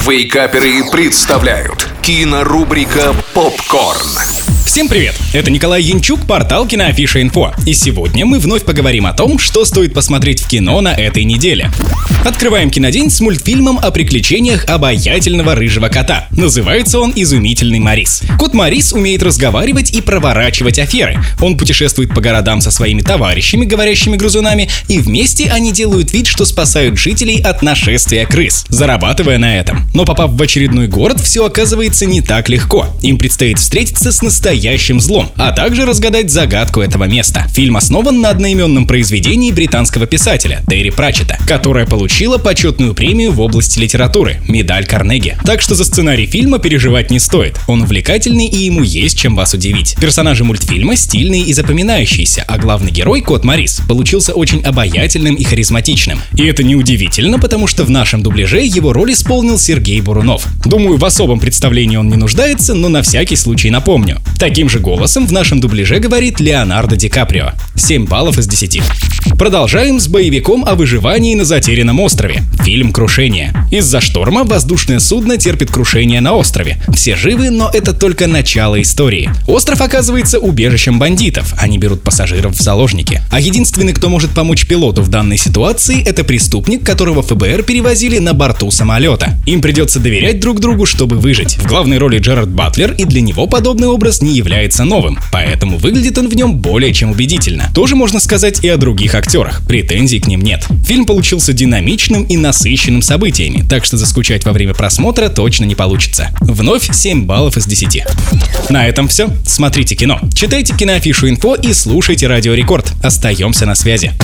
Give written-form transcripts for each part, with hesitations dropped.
Вейкаперы представляют кинорубрика «Попкорн». Всем привет! Это Николай Янчук, портал Киноафиша.инфо. И сегодня мы вновь поговорим о том, что стоит посмотреть в кино на этой неделе. Открываем кинодень с мультфильмом о приключениях обаятельного рыжего кота. Называется он «Изумительный Морис». Кот Морис умеет разговаривать и проворачивать аферы. Он путешествует по городам со своими товарищами, говорящими грызунами, и вместе они делают вид, что спасают жителей от нашествия крыс, зарабатывая на этом. Но попав в очередной город, все оказывается не так легко. Им предстоит встретиться с настоящим злом, а также разгадать загадку этого места. Фильм основан на одноименном произведении британского писателя Терри Пратчетта, которое получило почетную премию в области литературы – медаль Карнеги. Так что за сценарий фильма переживать не стоит. Он увлекательный и ему есть чем вас удивить. Персонажи мультфильма стильные и запоминающиеся, а главный герой, кот Морис, получился очень обаятельным и харизматичным. И это неудивительно, потому что в нашем дубляже его роль исполнил Сергей Бурунов. Думаю, в особом представлении он не нуждается, но на всякий случай напомню. Таким же голосом в нашем дубляже говорит Леонардо Ди Каприо. 7 баллов из 10. Продолжаем с боевиком о выживании на затерянном острове. Фильм «Крушение». Из-за шторма воздушное судно терпит крушение на острове. Все живы, но это только начало истории. Остров оказывается убежищем бандитов. Они берут пассажиров в заложники. А единственный, кто может помочь пилоту в данной ситуации, это преступник, которого ФБР перевозили на борту самолета. Им придется доверять друг другу, чтобы выжить. В главной роли Джерард Батлер, и для него подобный образ не является новым, поэтому выглядит он в нем более чем убедительно. Тоже можно сказать и о других актерах, претензий к ним нет. Фильм получился динамичным и насыщенным событиями, так что заскучать во время просмотра точно не получится. Вновь 7 баллов из 10. На этом все. Смотрите кино, читайте Киноафишу.инфо и слушайте Радио Рекорд. Остаемся на связи.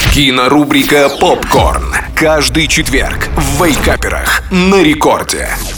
Кинорубрика «Попкорн». Каждый четверг в Вейкаперах на Рекорде.